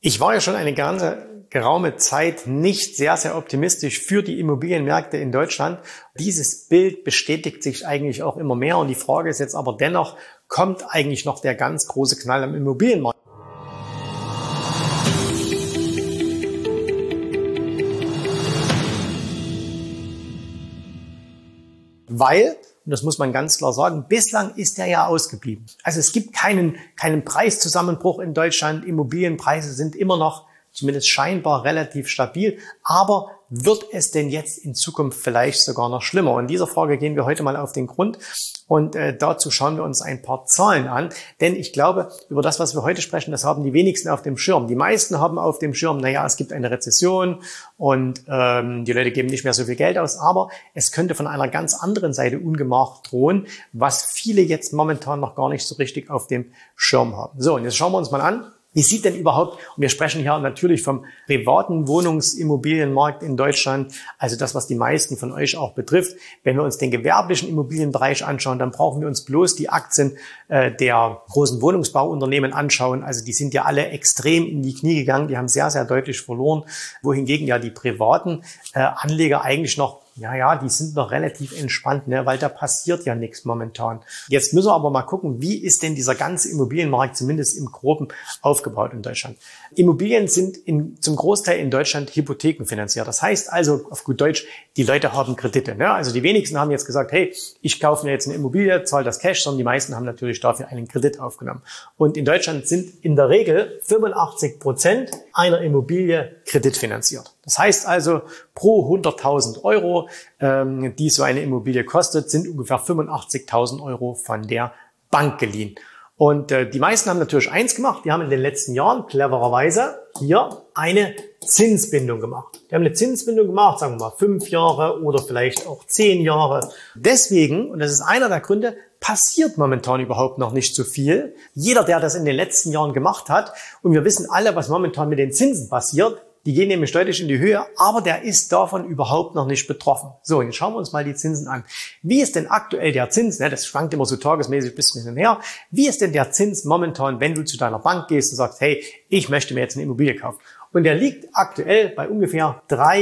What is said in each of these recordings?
Ich war ja schon eine ganze geraume Zeit nicht sehr, sehr optimistisch für die Immobilienmärkte in Deutschland. Dieses Bild bestätigt sich eigentlich auch immer mehr. Und die Frage ist jetzt aber dennoch, kommt eigentlich noch der ganz große Knall am Immobilienmarkt? Weil, und das muss man ganz klar sagen, bislang ist der ja ausgeblieben. Also es gibt keinen Preiszusammenbruch in Deutschland. Immobilienpreise sind immer noch, zumindest scheinbar, relativ stabil. Aber wird es denn jetzt in Zukunft vielleicht sogar noch schlimmer? Und dieser Frage gehen wir heute mal auf den Grund. Und dazu schauen wir uns ein paar Zahlen an. Denn ich glaube, über das, was wir heute sprechen, das haben die wenigsten auf dem Schirm. Die meisten haben auf dem Schirm, naja, es gibt eine Rezession und die Leute geben nicht mehr so viel Geld aus. Aber es könnte von einer ganz anderen Seite Ungemach drohen, was viele jetzt momentan noch gar nicht so richtig auf dem Schirm haben. So, und jetzt schauen wir uns mal an. Wie sieht denn überhaupt, und wir sprechen hier natürlich vom privaten Wohnungsimmobilienmarkt in Deutschland, also das, was die meisten von euch auch betrifft. Wenn wir uns den gewerblichen Immobilienbereich anschauen, dann brauchen wir uns bloß die Aktien der großen Wohnungsbauunternehmen anschauen. Also die sind ja alle extrem in die Knie gegangen, die haben sehr, sehr deutlich verloren, wohingegen ja die privaten Anleger eigentlich noch, die sind noch relativ entspannt, ne, weil da passiert ja nichts momentan. Jetzt müssen wir aber mal gucken, wie ist denn dieser ganze Immobilienmarkt zumindest im Groben aufgebaut in Deutschland. Immobilien sind zum Großteil in Deutschland hypothekenfinanziert. Das heißt also, auf gut Deutsch, die Leute haben Kredite. Ne? Also die wenigsten haben jetzt gesagt, hey, ich kaufe mir jetzt eine Immobilie, zahle das Cash, sondern die meisten haben natürlich dafür einen Kredit aufgenommen. Und in Deutschland sind in der Regel 85% einer Immobilie kreditfinanziert. Das heißt also, pro 100.000 Euro, die so eine Immobilie kostet, sind ungefähr 85.000 Euro von der Bank geliehen. Und die meisten haben natürlich eins gemacht, die haben in den letzten Jahren clevererweise hier eine Zinsbindung gemacht. Die haben eine Zinsbindung gemacht, sagen wir mal 5 Jahre oder vielleicht auch 10 Jahre. Deswegen, und das ist einer der Gründe, passiert momentan überhaupt noch nicht so viel. Jeder, der das in den letzten Jahren gemacht hat, und wir wissen alle, was momentan mit den Zinsen passiert, die gehen nämlich deutlich in die Höhe, aber der ist davon überhaupt noch nicht betroffen. So, jetzt schauen wir uns mal die Zinsen an. Wie ist denn aktuell der Zins? Das schwankt immer so tagesmäßig ein bisschen hin und her. Wie ist denn der Zins momentan, wenn du zu deiner Bank gehst und sagst, hey, ich möchte mir jetzt eine Immobilie kaufen? Und der liegt aktuell bei ungefähr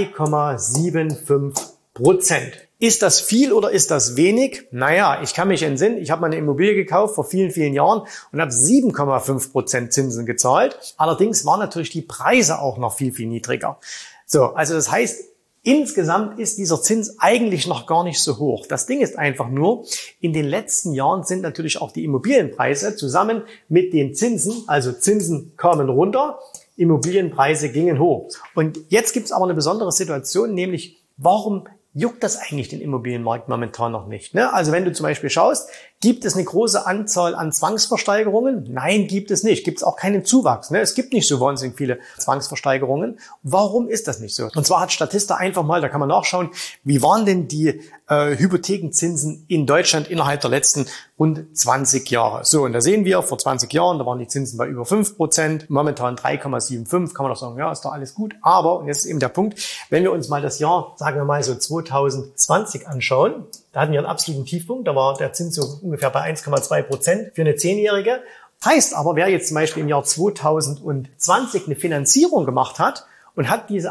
3,75%. Ist das viel oder ist das wenig? Naja, ich kann mich entsinnen, ich habe mal eine Immobilie gekauft vor vielen, vielen Jahren und habe 7,5% Zinsen gezahlt. Allerdings waren natürlich die Preise auch noch viel, viel niedriger. So, also das heißt, insgesamt ist dieser Zins eigentlich noch gar nicht so hoch. Das Ding ist einfach nur, in den letzten Jahren sind natürlich auch die Immobilienpreise zusammen mit den Zinsen, also Zinsen kamen runter, Immobilienpreise gingen hoch. Und jetzt gibt es aber eine besondere Situation, nämlich warum juckt das eigentlich den Immobilienmarkt momentan noch nicht? Ne? Also wenn du zum Beispiel schaust, gibt es eine große Anzahl an Zwangsversteigerungen? Nein, gibt es nicht. Gibt es auch keinen Zuwachs. Ne? Es gibt nicht so wahnsinnig viele Zwangsversteigerungen. Warum ist das nicht so? Und zwar hat Statista einfach mal, da kann man nachschauen, wie waren denn die Hypothekenzinsen in Deutschland innerhalb der letzten rund 20 Jahre. So, und da sehen wir, vor 20 Jahren, da waren die Zinsen bei über 5%, momentan 3,75, kann man doch sagen, ja, ist doch alles gut. Aber, und jetzt ist eben der Punkt, wenn wir uns mal das Jahr, sagen wir mal so 2020 anschauen, da hatten wir einen absoluten Tiefpunkt, da war der Zins so ungefähr bei 1,2% für eine 10-Jährige. Heißt aber, wer jetzt zum Beispiel im Jahr 2020 eine Finanzierung gemacht hat, und hat diese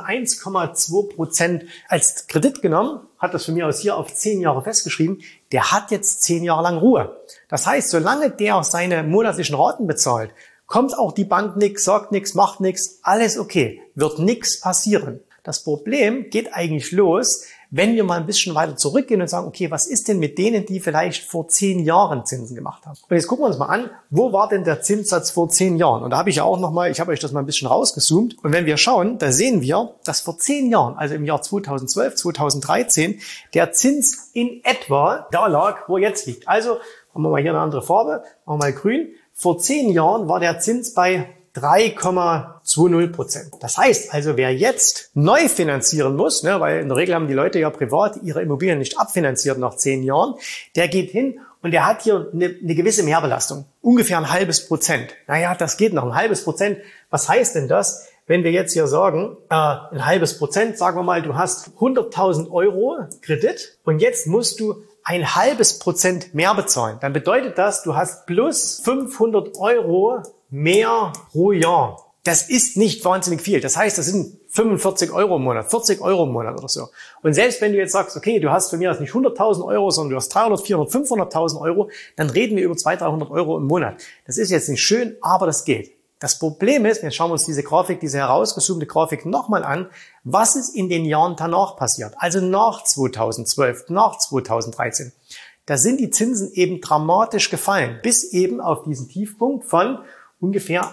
1,2% als Kredit genommen, hat das von mir aus hier auf 10 Jahre festgeschrieben, der hat jetzt 10 Jahre lang Ruhe. Das heißt, solange der seine monatlichen Raten bezahlt, kommt auch die Bank nichts, sagt nichts, macht nichts, alles okay, wird nichts passieren. Das Problem geht eigentlich los, wenn wir mal ein bisschen weiter zurückgehen und sagen, okay, was ist denn mit denen, die vielleicht vor 10 Jahren Zinsen gemacht haben? Und jetzt gucken wir uns mal an, wo war denn der Zinssatz vor 10 Jahren? Und da habe ich ja auch nochmal, ich habe euch das mal ein bisschen rausgezoomt. Und wenn wir schauen, da sehen wir, dass vor 10 Jahren, also im Jahr 2012, 2013, der Zins in etwa da lag, wo er jetzt liegt. Also haben wir mal hier eine andere Farbe, machen wir mal grün. Vor 10 Jahren war der Zins bei 3,20%. Das heißt also, wer jetzt neu finanzieren muss, ne, weil in der Regel haben die Leute ja privat ihre Immobilien nicht abfinanziert nach 10 Jahren, der geht hin und der hat hier eine gewisse Mehrbelastung. Ungefähr 0,5%. Naja, das geht noch, 0,5%. Was heißt denn das? Wenn wir jetzt hier sagen, 0,5%, sagen wir mal, du hast 100.000 Euro Kredit und jetzt musst du 0,5% mehr bezahlen. Dann bedeutet das, du hast plus 500 Euro mehr pro Jahr. Das ist nicht wahnsinnig viel. Das heißt, das sind 45 Euro im Monat, 40 Euro im Monat oder so. Und selbst wenn du jetzt sagst, okay, du hast von mir aus nicht 100.000 Euro, sondern du hast 300, 400, 500.000 Euro, dann reden wir über 200, 300 Euro im Monat. Das ist jetzt nicht schön, aber das geht. Das Problem ist, jetzt schauen wir uns diese Grafik, diese herausgezoomte Grafik nochmal an, was ist in den Jahren danach passiert, also nach 2012, nach 2013. Da sind die Zinsen eben dramatisch gefallen, bis eben auf diesen Tiefpunkt von ungefähr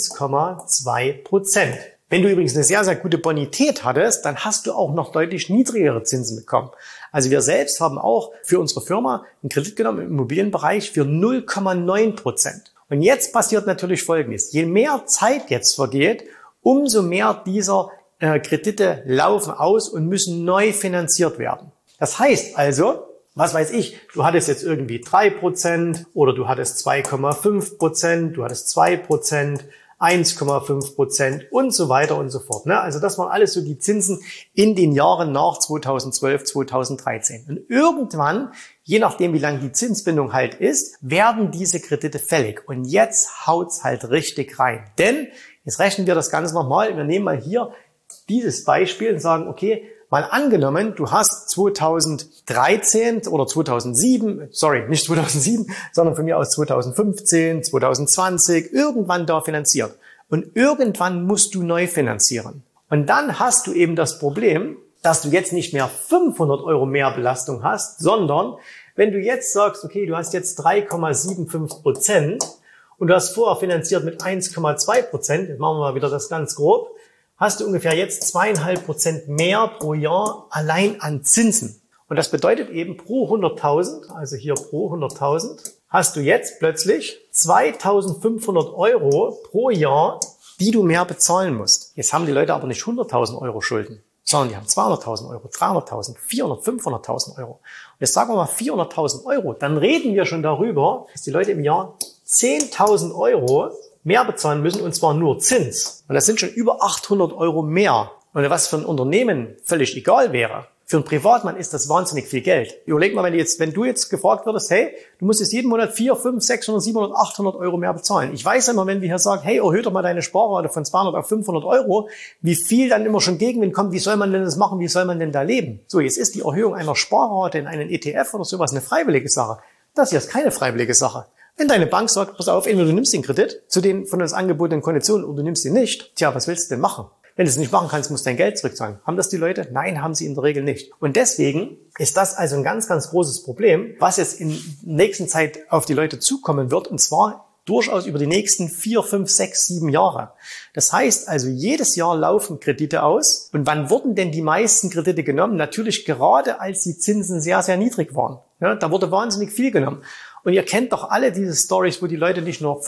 1,2%. Wenn du übrigens eine sehr, sehr gute Bonität hattest, dann hast du auch noch deutlich niedrigere Zinsen bekommen. Also wir selbst haben auch für unsere Firma einen Kredit genommen im Immobilienbereich für 0,9%. Und jetzt passiert natürlich Folgendes. Je mehr Zeit jetzt vergeht, umso mehr dieser Kredite laufen aus und müssen neu finanziert werden. Das heißt also, was weiß ich, du hattest jetzt irgendwie 3% oder du hattest 2,5%, du hattest 2%, 1,5% und so weiter und so fort. Also das waren alles so die Zinsen in den Jahren nach 2012, 2013. Und irgendwann, je nachdem wie lang die Zinsbindung halt ist, werden diese Kredite fällig. Und jetzt haut's halt richtig rein. Denn jetzt rechnen wir das Ganze nochmal. Wir nehmen mal hier dieses Beispiel und sagen, okay, mal angenommen, du hast 2013 oder 2007, nicht 2007, sondern von mir aus 2015, 2020, irgendwann da finanziert. Und irgendwann musst du neu finanzieren. Und dann hast du eben das Problem, dass du jetzt nicht mehr 500 Euro mehr Belastung hast, sondern wenn du jetzt sagst, okay, du hast jetzt 3,75% und du hast vorher finanziert mit 1,2%, jetzt machen wir mal wieder das ganz grob, hast du ungefähr jetzt 2,5% mehr pro Jahr allein an Zinsen. Und das bedeutet eben pro 100.000, also hier pro 100.000, hast du jetzt plötzlich 2.500 Euro pro Jahr, die du mehr bezahlen musst. Jetzt haben die Leute aber nicht 100.000 Euro Schulden, sondern die haben 200.000 Euro, 300.000, 400, 500.000 Euro. Und jetzt sagen wir mal 400.000 Euro, dann reden wir schon darüber, dass die Leute im Jahr 10.000 Euro mehr bezahlen müssen, und zwar nur Zins. Und das sind schon über 800 Euro mehr. Und was für ein Unternehmen völlig egal wäre, für einen Privatmann ist das wahnsinnig viel Geld. Überleg mal, wenn du jetzt gefragt würdest, hey, du musst jetzt jeden Monat 400, 500, 600, 700, 800 Euro mehr bezahlen. Ich weiß immer, wenn wir hier sagen, hey, erhöht doch mal deine Sparrate von 200 auf 500 Euro, wie viel dann immer schon Gegenwind kommt, wie soll man denn das machen, wie soll man denn da leben? So, jetzt ist die Erhöhung einer Sparrate in einen ETF oder sowas eine freiwillige Sache. Das hier ist keine freiwillige Sache. Wenn deine Bank sagt, pass auf, entweder du nimmst den Kredit zu den von uns angebotenen Konditionen oder du nimmst ihn nicht, tja, was willst du denn machen? Wenn du es nicht machen kannst, musst du dein Geld zurückzahlen. Haben das die Leute? Nein, haben sie in der Regel nicht. Und deswegen ist das also ein ganz, ganz großes Problem, was jetzt in der nächsten Zeit auf die Leute zukommen wird, und zwar durchaus über die nächsten 4, 5, 6, 7 Jahre. Das heißt also, jedes Jahr laufen Kredite aus. Und wann wurden denn die meisten Kredite genommen? Natürlich gerade, als die Zinsen sehr, sehr niedrig waren. Ja, da wurde wahnsinnig viel genommen. Und ihr kennt doch alle diese Stories, wo die Leute nicht nur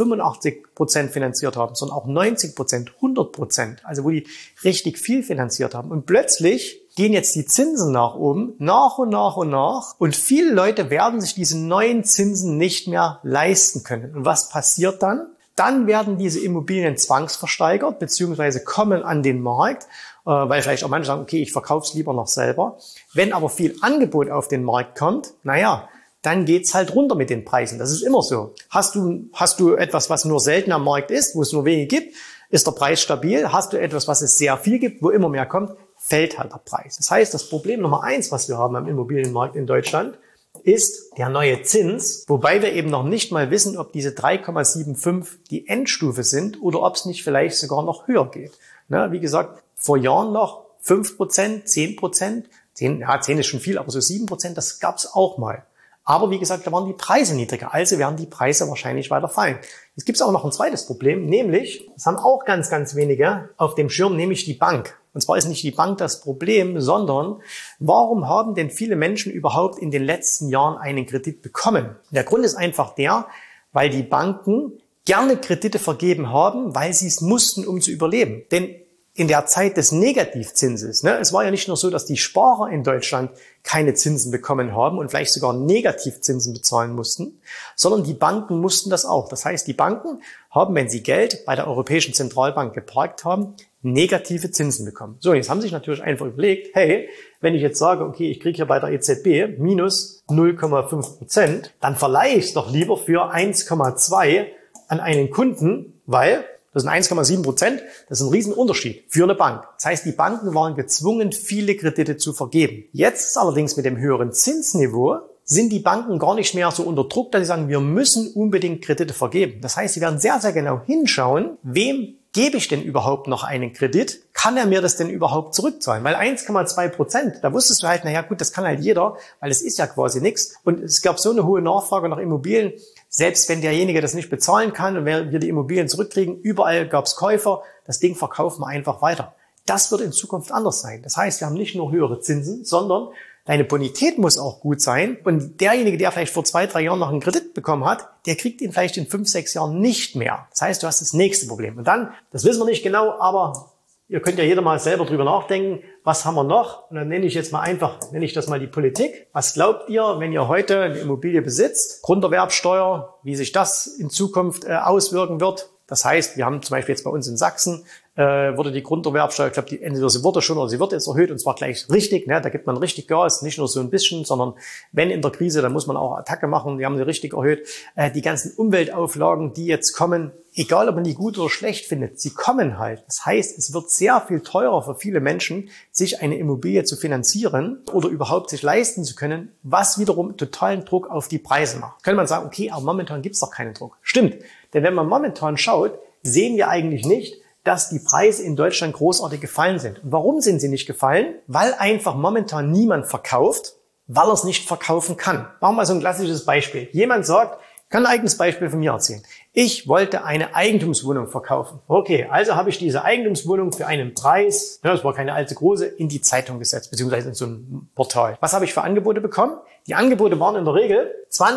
85% finanziert haben, sondern auch 90%, 100%, also wo die richtig viel finanziert haben. Und plötzlich gehen jetzt die Zinsen nach oben, nach und nach und nach. Und viele Leute werden sich diese neuen Zinsen nicht mehr leisten können. Und was passiert dann? Dann werden diese Immobilien zwangsversteigert, beziehungsweise kommen an den Markt, weil vielleicht auch manche sagen, okay, ich verkaufe es lieber noch selber. Wenn aber viel Angebot auf den Markt kommt, dann geht's halt runter mit den Preisen. Das ist immer so. Hast du etwas, was nur selten am Markt ist, wo es nur wenige gibt, ist der Preis stabil. Hast du etwas, was es sehr viel gibt, wo immer mehr kommt, fällt halt der Preis. Das heißt, das Problem Nummer 1, was wir haben am Immobilienmarkt in Deutschland, ist der neue Zins, wobei wir eben noch nicht mal wissen, ob diese 3,75 die Endstufe sind oder ob es nicht vielleicht sogar noch höher geht. Wie gesagt, vor Jahren noch 5%, 10%, 10 ist schon viel, aber so 7%, das gab's auch mal. Aber wie gesagt, da waren die Preise niedriger, also werden die Preise wahrscheinlich weiter fallen. Jetzt gibt es auch noch ein zweites Problem, nämlich, das haben auch ganz, ganz wenige auf dem Schirm, nämlich die Bank. Und zwar ist nicht die Bank das Problem, sondern warum haben denn viele Menschen überhaupt in den letzten Jahren einen Kredit bekommen? Und der Grund ist einfach der, weil die Banken gerne Kredite vergeben haben, weil sie es mussten, um zu überleben. Denn in der Zeit des Negativzinses, es war ja nicht nur so, dass die Sparer in Deutschland keine Zinsen bekommen haben und vielleicht sogar Negativzinsen bezahlen mussten, sondern die Banken mussten das auch. Das heißt, die Banken haben, wenn sie Geld bei der Europäischen Zentralbank geparkt haben, negative Zinsen bekommen. So, jetzt haben sie sich natürlich einfach überlegt, hey, wenn ich jetzt sage, okay, ich kriege hier bei der EZB minus 0,5%, dann verleihe ich es doch lieber für 1,2 an einen Kunden, weil Das sind 1,7%. Das ist ein Riesenunterschied für eine Bank. Das heißt, die Banken waren gezwungen, viele Kredite zu vergeben. Jetzt allerdings mit dem höheren Zinsniveau sind die Banken gar nicht mehr so unter Druck, dass sie sagen, wir müssen unbedingt Kredite vergeben. Das heißt, sie werden sehr, sehr genau hinschauen, wem gebe ich denn überhaupt noch einen Kredit? Kann er mir das denn überhaupt zurückzahlen? Weil 1,2%, da wusstest du halt, naja gut, das kann halt jeder, weil es ist ja quasi nichts. Und es gab so eine hohe Nachfrage nach Immobilien, selbst wenn derjenige das nicht bezahlen kann und wir die Immobilien zurückkriegen, überall gab es Käufer, das Ding verkaufen wir einfach weiter. Das wird in Zukunft anders sein. Das heißt, wir haben nicht nur höhere Zinsen, sondern deine Bonität muss auch gut sein. Und derjenige, der vielleicht vor 2, 3 Jahren noch einen Kredit bekommen hat, der kriegt ihn vielleicht in 5, 6 Jahren nicht mehr. Das heißt, du hast das nächste Problem. Und dann, das wissen wir nicht genau, aber ihr könnt ja jeder mal selber drüber nachdenken, was haben wir noch? Und dann nenne ich das mal die Politik. Was glaubt ihr, wenn ihr heute eine Immobilie besitzt? Grunderwerbsteuer, wie sich das in Zukunft auswirken wird? Das heißt, wir haben zum Beispiel jetzt bei uns in Sachsen, wurde die Grunderwerbsteuer, ich glaube, entweder sie wurde schon oder sie wird jetzt erhöht und zwar gleich richtig, ne? Da gibt man richtig Gas, nicht nur so ein bisschen, sondern wenn in der Krise, dann muss man auch Attacke machen, die haben sie richtig erhöht. Die ganzen Umweltauflagen, die jetzt kommen, egal ob man die gut oder schlecht findet, sie kommen halt. Das heißt, es wird sehr viel teurer für viele Menschen, sich eine Immobilie zu finanzieren oder überhaupt sich leisten zu können, was wiederum totalen Druck auf die Preise macht. Könnte man sagen, okay, aber momentan gibt's doch keinen Druck. Stimmt, denn wenn man momentan schaut, sehen wir eigentlich nicht, dass die Preise in Deutschland großartig gefallen sind. Und warum sind sie nicht gefallen? Weil einfach momentan niemand verkauft, weil er es nicht verkaufen kann. Machen wir mal so ein klassisches Beispiel. Jemand sagt, ich kann ein eigenes Beispiel von mir erzählen. Ich wollte eine Eigentumswohnung verkaufen. Okay, also habe ich diese Eigentumswohnung für einen Preis, das war keine allzu große, in die Zeitung gesetzt, beziehungsweise in so ein Portal. Was habe ich für Angebote bekommen? Die Angebote waren in der Regel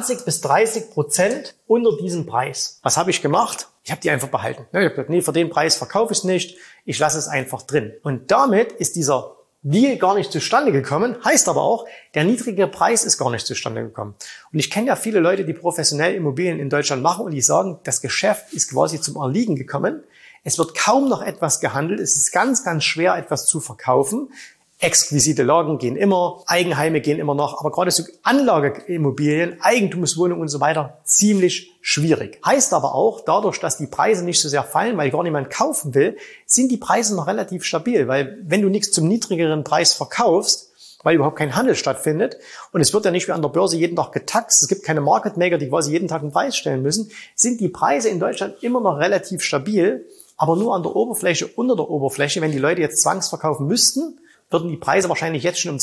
20-30% unter diesem Preis. Was habe ich gemacht? Ich habe die einfach behalten. Ich habe gesagt, nee, für den Preis verkaufe ich es nicht. Ich lasse es einfach drin. Und damit ist dieser Deal gar nicht zustande gekommen, heißt aber auch, der niedrige Preis ist gar nicht zustande gekommen. Und ich kenne ja viele Leute, die professionell Immobilien in Deutschland machen und die sagen, das Geschäft ist quasi zum Erliegen gekommen. Es wird kaum noch etwas gehandelt. Es ist ganz, ganz schwer, etwas zu verkaufen. Exquisite Lagen gehen immer, Eigenheime gehen immer noch, aber gerade so Anlageimmobilien, Eigentumswohnungen und so weiter, ziemlich schwierig. Heißt aber auch, dadurch, dass die Preise nicht so sehr fallen, weil gar niemand kaufen will, sind die Preise noch relativ stabil, weil wenn du nichts zum niedrigeren Preis verkaufst, weil überhaupt kein Handel stattfindet und es wird ja nicht wie an der Börse jeden Tag getaxt, es gibt keine Market Maker, die quasi jeden Tag einen Preis stellen müssen, sind die Preise in Deutschland immer noch relativ stabil, aber nur an der Oberfläche, unter der Oberfläche, wenn die Leute jetzt zwangsverkaufen müssten, würden die Preise wahrscheinlich jetzt schon um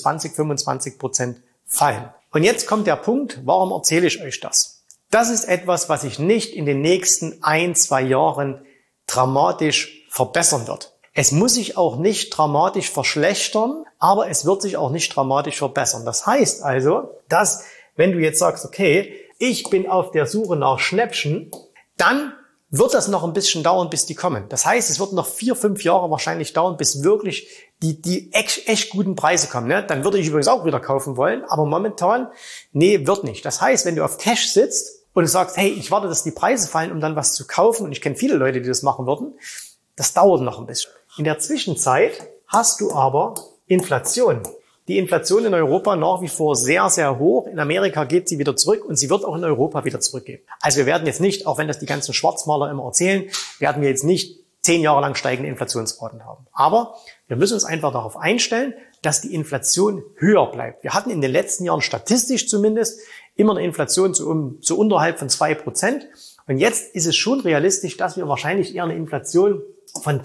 20-25% fallen. Und jetzt kommt der Punkt, warum erzähle ich euch das? Das ist etwas, was sich nicht in den nächsten 1, 2 Jahren dramatisch verbessern wird. Es muss sich auch nicht dramatisch verschlechtern, aber es wird sich auch nicht dramatisch verbessern. Das heißt also, dass wenn du jetzt sagst, okay, ich bin auf der Suche nach Schnäppchen, dann wird das noch ein bisschen dauern, bis die kommen. Das heißt, es wird noch 4, 5 Jahre wahrscheinlich dauern, bis wirklich die echt guten Preise kommen. Ne? Dann würde ich übrigens auch wieder kaufen wollen, aber momentan, nee, wird nicht. Das heißt, wenn du auf Cash sitzt und sagst, hey, ich warte, dass die Preise fallen, um dann was zu kaufen, und ich kenne viele Leute, die das machen würden, das dauert noch ein bisschen. In der Zwischenzeit hast du aber Inflation. Die Inflation in Europa nach wie vor sehr, sehr hoch. In Amerika geht sie wieder zurück und sie wird auch in Europa wieder zurückgehen. Also wir werden jetzt nicht, auch wenn das die ganzen Schwarzmaler immer erzählen, werden wir jetzt nicht 10 Jahre lang steigende Inflationsraten haben. Aber wir müssen uns einfach darauf einstellen, dass die Inflation höher bleibt. Wir hatten in den letzten Jahren statistisch zumindest immer eine Inflation so unterhalb von 2%. Und jetzt ist es schon realistisch, dass wir wahrscheinlich eher eine Inflation von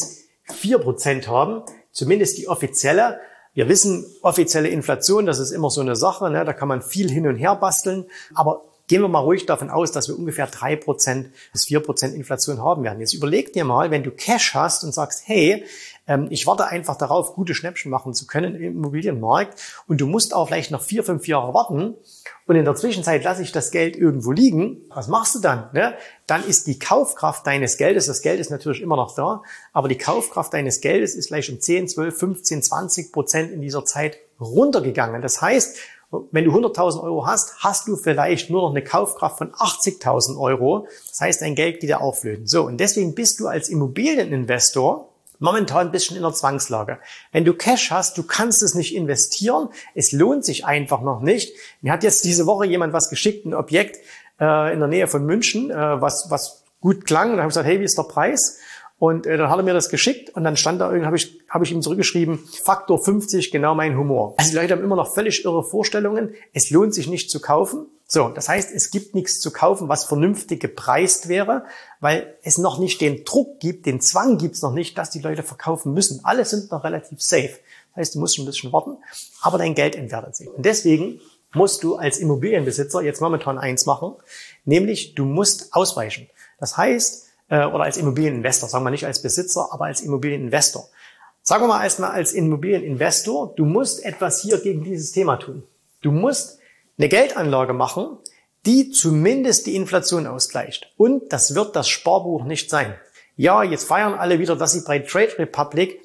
3-4% haben. Zumindest die offizielle. Wir wissen, offizielle Inflation, das ist immer so eine Sache, ne? Da kann man viel hin und her basteln. Aber gehen wir mal ruhig davon aus, dass wir ungefähr 3% bis 4% Inflation haben werden. Jetzt überleg dir mal, wenn du Cash hast und sagst, hey, ich warte einfach darauf, gute Schnäppchen machen zu können im Immobilienmarkt und du musst auch vielleicht noch 4, 5 Jahre warten und in der Zwischenzeit lasse ich das Geld irgendwo liegen. Was machst du dann? Ne? Dann ist die Kaufkraft deines Geldes, das Geld ist natürlich immer noch da, aber die Kaufkraft deines Geldes ist vielleicht um 10, 12, 15, 20% in dieser Zeit runtergegangen. Das heißt, wenn du 100.000 Euro hast, hast du vielleicht nur noch eine Kaufkraft von 80.000 Euro. Das heißt, dein Geld geht ja auch flöten. So, und deswegen bist du als Immobilieninvestor momentan ein bisschen in der Zwangslage. Wenn du Cash hast, du kannst es nicht investieren. Es lohnt sich einfach noch nicht. Mir hat jetzt diese Woche jemand was geschickt, ein Objekt in der Nähe von München, was gut klang. Und dann habe ich gesagt, hey, wie ist der Preis? Und dann hat er mir das geschickt und dann stand da irgendwie, habe ich ihm zurückgeschrieben, Faktor 50, genau mein Humor. Also die Leute haben immer noch völlig irre Vorstellungen. Es lohnt sich nicht zu kaufen. So, das heißt, es gibt nichts zu kaufen, was vernünftig gepreist wäre, weil es noch nicht den Druck gibt, den Zwang gibt es noch nicht, dass die Leute verkaufen müssen. Alle sind noch relativ safe. Das heißt, du musst schon ein bisschen warten, aber dein Geld entwertet sich. Und deswegen musst du als Immobilienbesitzer jetzt momentan eins machen, nämlich du musst ausweichen. Das heißt, oder als Immobilieninvestor, sagen wir nicht als Besitzer, aber als Immobilieninvestor. Sagen wir mal erstmal als Immobilieninvestor, du musst etwas hier gegen dieses Thema tun. Du musst eine Geldanlage machen, die zumindest die Inflation ausgleicht. Und das wird das Sparbuch nicht sein. Ja, jetzt feiern alle wieder, dass sie bei Trade Republic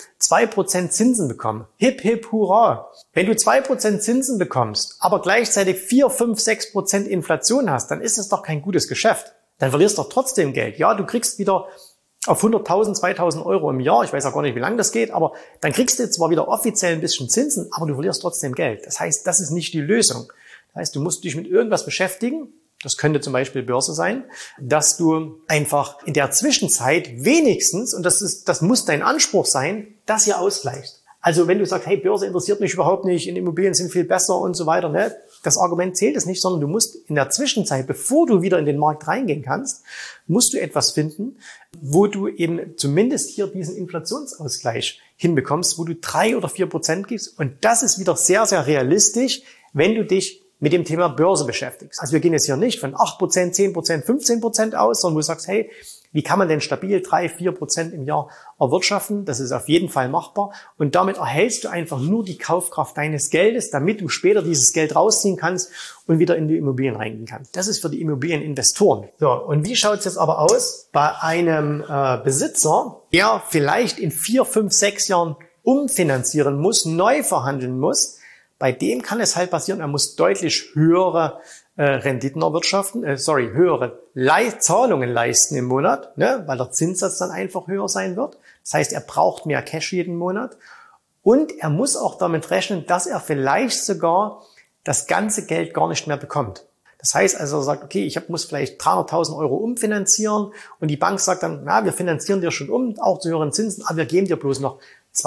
2% Zinsen bekommen. Hip, hip, hurra. Wenn du 2% Zinsen bekommst, aber gleichzeitig 4, 5, 6% Inflation hast, dann ist es doch kein gutes Geschäft. Dann verlierst du doch trotzdem Geld. Ja, du kriegst wieder auf 100.000, 2.000 Euro im Jahr. Ich weiß auch gar nicht, wie lange das geht, aber dann kriegst du zwar wieder offiziell ein bisschen Zinsen, aber du verlierst trotzdem Geld. Das heißt, das ist nicht die Lösung. Das heißt, du musst dich mit irgendwas beschäftigen. Das könnte zum Beispiel Börse sein, dass du einfach in der Zwischenzeit wenigstens, und das muss dein Anspruch sein, das hier ausgleichst. Also wenn du sagst, hey, Börse interessiert mich überhaupt nicht, in Immobilien sind viel besser und so weiter, ne? Das Argument zählt es nicht, sondern du musst in der Zwischenzeit, bevor du wieder in den Markt reingehen kannst, musst du etwas finden, wo du eben zumindest hier diesen Inflationsausgleich hinbekommst, wo du 3 oder 4% gibst. Und das ist wieder sehr, sehr realistisch, wenn du dich mit dem Thema Börse beschäftigst. Also wir gehen jetzt hier nicht von 8%, 10%, 15% aus, sondern wo du sagst, hey, wie kann man denn stabil 3, 4% im Jahr erwirtschaften? Das ist auf jeden Fall machbar. Und damit erhältst du einfach nur die Kaufkraft deines Geldes, damit du später dieses Geld rausziehen kannst und wieder in die Immobilien reingehen kannst. Das ist für die Immobilieninvestoren. So, und wie schaut es jetzt aber aus bei einem Besitzer, der vielleicht in 4, 5, 6 Jahren umfinanzieren muss, neu verhandeln muss? Bei dem kann es halt passieren, er muss deutlich höhere Renditen erwirtschaften, höhere Zahlungen leisten im Monat, ne, weil der Zinssatz dann einfach höher sein wird. Das heißt, er braucht mehr Cash jeden Monat und er muss auch damit rechnen, dass er vielleicht sogar das ganze Geld gar nicht mehr bekommt. Das heißt also, er sagt, okay, ich muss vielleicht 300.000 Euro umfinanzieren und die Bank sagt dann, na, wir finanzieren dir schon auch zu höheren Zinsen, aber wir geben dir bloß noch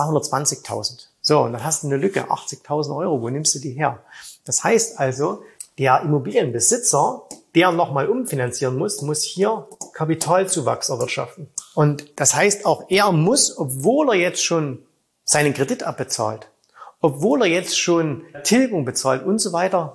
220.000. So, und dann hast du eine Lücke, 80.000 Euro, wo nimmst du die her? Das heißt also, der Immobilienbesitzer, der nochmal umfinanzieren muss hier Kapitalzuwachs erwirtschaften. Und das heißt auch, er muss, obwohl er jetzt schon seinen Kredit abbezahlt, obwohl er jetzt schon Tilgung bezahlt und so weiter,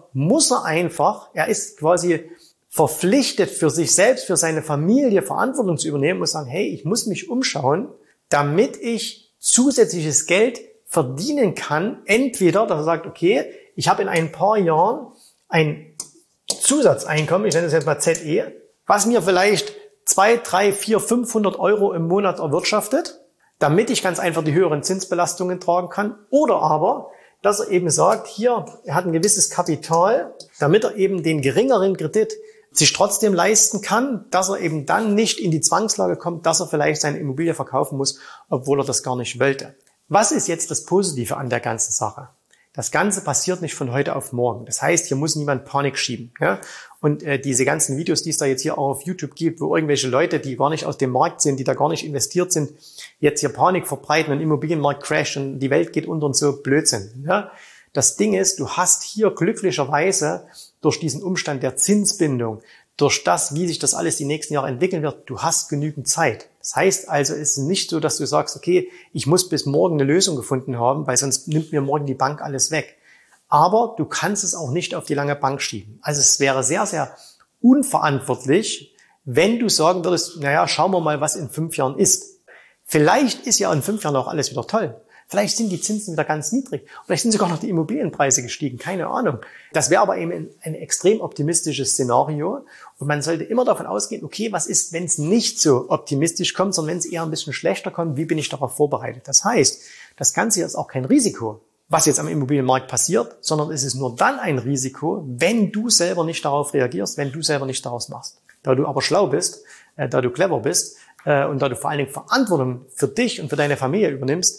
er ist quasi verpflichtet für sich selbst, für seine Familie Verantwortung zu übernehmen, muss sagen, hey, ich muss mich umschauen, damit ich zusätzliches Geld verdienen kann. Entweder, dass er sagt, okay, ich habe in ein paar Jahren ein Zusatzeinkommen, ich nenne das jetzt mal ZE, was mir vielleicht 2, 3, 4, 500 Euro im Monat erwirtschaftet, damit ich ganz einfach die höheren Zinsbelastungen tragen kann. Oder aber, dass er eben sagt, hier, er hat ein gewisses Kapital, damit er eben den geringeren Kredit sich trotzdem leisten kann, dass er eben dann nicht in die Zwangslage kommt, dass er vielleicht seine Immobilie verkaufen muss, obwohl er das gar nicht wollte. Was ist jetzt das Positive an der ganzen Sache? Das Ganze passiert nicht von heute auf morgen. Das heißt, hier muss niemand Panik schieben. Ja? Und diese ganzen Videos, die es da jetzt hier auch auf YouTube gibt, wo irgendwelche Leute, die gar nicht aus dem Markt sind, die da gar nicht investiert sind, jetzt hier Panik verbreiten und Immobilienmarkt crasht und die Welt geht unter und so Blödsinn. Ja? Das Ding ist, du hast hier glücklicherweise durch diesen Umstand der Zinsbindung, durch das, wie sich das alles die nächsten Jahre entwickeln wird, du hast genügend Zeit. Das heißt also, es ist nicht so, dass du sagst, okay, ich muss bis morgen eine Lösung gefunden haben, weil sonst nimmt mir morgen die Bank alles weg. Aber du kannst es auch nicht auf die lange Bank schieben. Also es wäre sehr, sehr unverantwortlich, wenn du sagen würdest, naja, schauen wir mal, was in 5 Jahren ist. Vielleicht ist ja in 5 Jahren auch alles wieder toll. Vielleicht sind die Zinsen wieder ganz niedrig. Vielleicht sind sogar noch die Immobilienpreise gestiegen. Keine Ahnung. Das wäre aber eben ein extrem optimistisches Szenario. Und man sollte immer davon ausgehen, okay, was ist, wenn es nicht so optimistisch kommt, sondern wenn es eher ein bisschen schlechter kommt, wie bin ich darauf vorbereitet? Das heißt, das Ganze hier ist auch kein Risiko, was jetzt am Immobilienmarkt passiert, sondern es ist nur dann ein Risiko, wenn du selber nicht darauf reagierst, wenn du selber nicht daraus machst. Da du aber schlau bist, da du clever bist und da du vor allen Dingen Verantwortung für dich und für deine Familie übernimmst,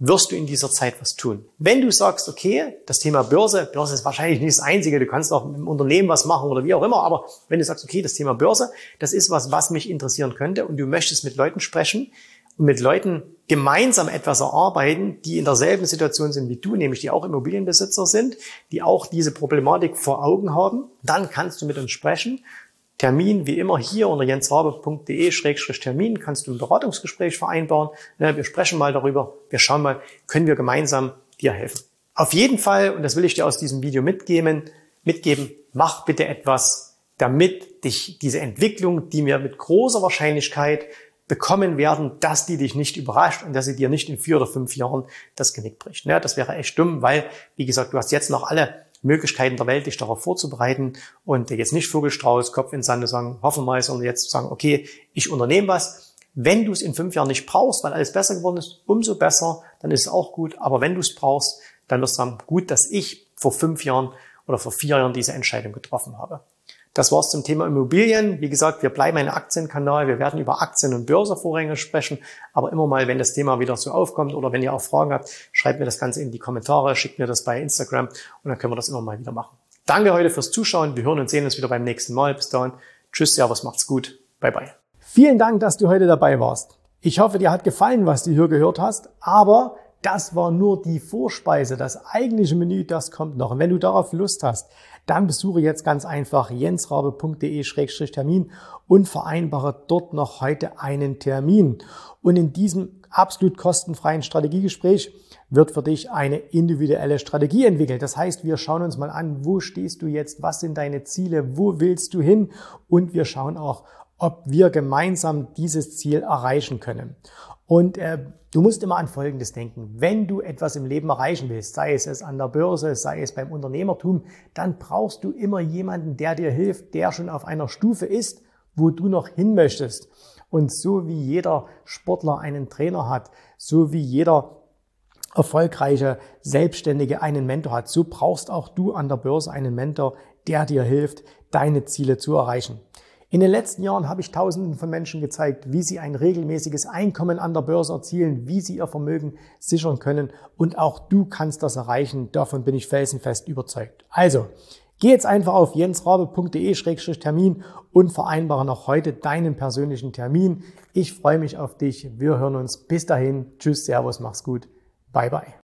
wirst du in dieser Zeit was tun. Wenn du sagst, okay, das Thema Börse ist wahrscheinlich nicht das Einzige, du kannst auch im Unternehmen was machen oder wie auch immer, aber wenn du sagst, okay, das Thema Börse, das ist was mich interessieren könnte und du möchtest mit Leuten sprechen und mit Leuten gemeinsam etwas erarbeiten, die in derselben Situation sind wie du, nämlich die auch Immobilienbesitzer sind, die auch diese Problematik vor Augen haben, dann kannst du mit uns sprechen. Termin wie immer hier unter jensrabe.de/Termin kannst du ein Beratungsgespräch vereinbaren. Wir sprechen mal darüber, wir schauen mal, können wir gemeinsam dir helfen. Auf jeden Fall, und das will ich dir aus diesem Video mitgeben, mach bitte etwas, damit dich diese Entwicklung, die wir mit großer Wahrscheinlichkeit bekommen werden, dass die dich nicht überrascht und dass sie dir nicht in 4 oder 5 Jahren das Genick bricht. Das wäre echt dumm, weil, wie gesagt, du hast jetzt noch alle Möglichkeiten der Welt, dich darauf vorzubereiten und jetzt nicht Vogelstrauß, Kopf in Sande sagen, hoffen wir mal, sondern jetzt sagen, okay, ich unternehme was. Wenn du es in 5 Jahren nicht brauchst, weil alles besser geworden ist, umso besser, dann ist es auch gut. Aber wenn du es brauchst, dann wirst du sagen, gut, dass ich vor 5 Jahren oder vor 4 Jahren diese Entscheidung getroffen habe. Das war's zum Thema Immobilien. Wie gesagt, wir bleiben ein Aktienkanal. Wir werden über Aktien- und Börsenvorränge sprechen. Aber immer mal, wenn das Thema wieder so aufkommt oder wenn ihr auch Fragen habt, schreibt mir das Ganze in die Kommentare, schickt mir das bei Instagram und dann können wir das immer mal wieder machen. Danke heute fürs Zuschauen. Wir hören und sehen uns wieder beim nächsten Mal. Bis dahin. Tschüss, servus, macht's gut. Bye, bye. Vielen Dank, dass du heute dabei warst. Ich hoffe, dir hat gefallen, was du hier gehört hast, aber das war nur die Vorspeise. Das eigentliche Menü, das kommt noch. Und wenn du darauf Lust hast, dann besuche jetzt ganz einfach jensrabe.de/Termin und vereinbare dort noch heute einen Termin. Und in diesem absolut kostenfreien Strategiegespräch wird für dich eine individuelle Strategie entwickelt. Das heißt, wir schauen uns mal an, wo stehst du jetzt, was sind deine Ziele, wo willst du hin und wir schauen auch, ob wir gemeinsam dieses Ziel erreichen können. Und du musst immer an Folgendes denken. Wenn du etwas im Leben erreichen willst, sei es an der Börse, sei es beim Unternehmertum, dann brauchst du immer jemanden, der dir hilft, der schon auf einer Stufe ist, wo du noch hin möchtest. Und so wie jeder Sportler einen Trainer hat, so wie jeder erfolgreiche Selbstständige einen Mentor hat, so brauchst auch du an der Börse einen Mentor, der dir hilft, deine Ziele zu erreichen. In den letzten Jahren habe ich Tausenden von Menschen gezeigt, wie sie ein regelmäßiges Einkommen an der Börse erzielen, wie sie ihr Vermögen sichern können und auch du kannst das erreichen. Davon bin ich felsenfest überzeugt. Also, geh jetzt einfach auf jensrabe.de/Termin und vereinbare noch heute deinen persönlichen Termin. Ich freue mich auf dich. Wir hören uns. Bis dahin. Tschüss, servus, mach's gut. Bye, bye.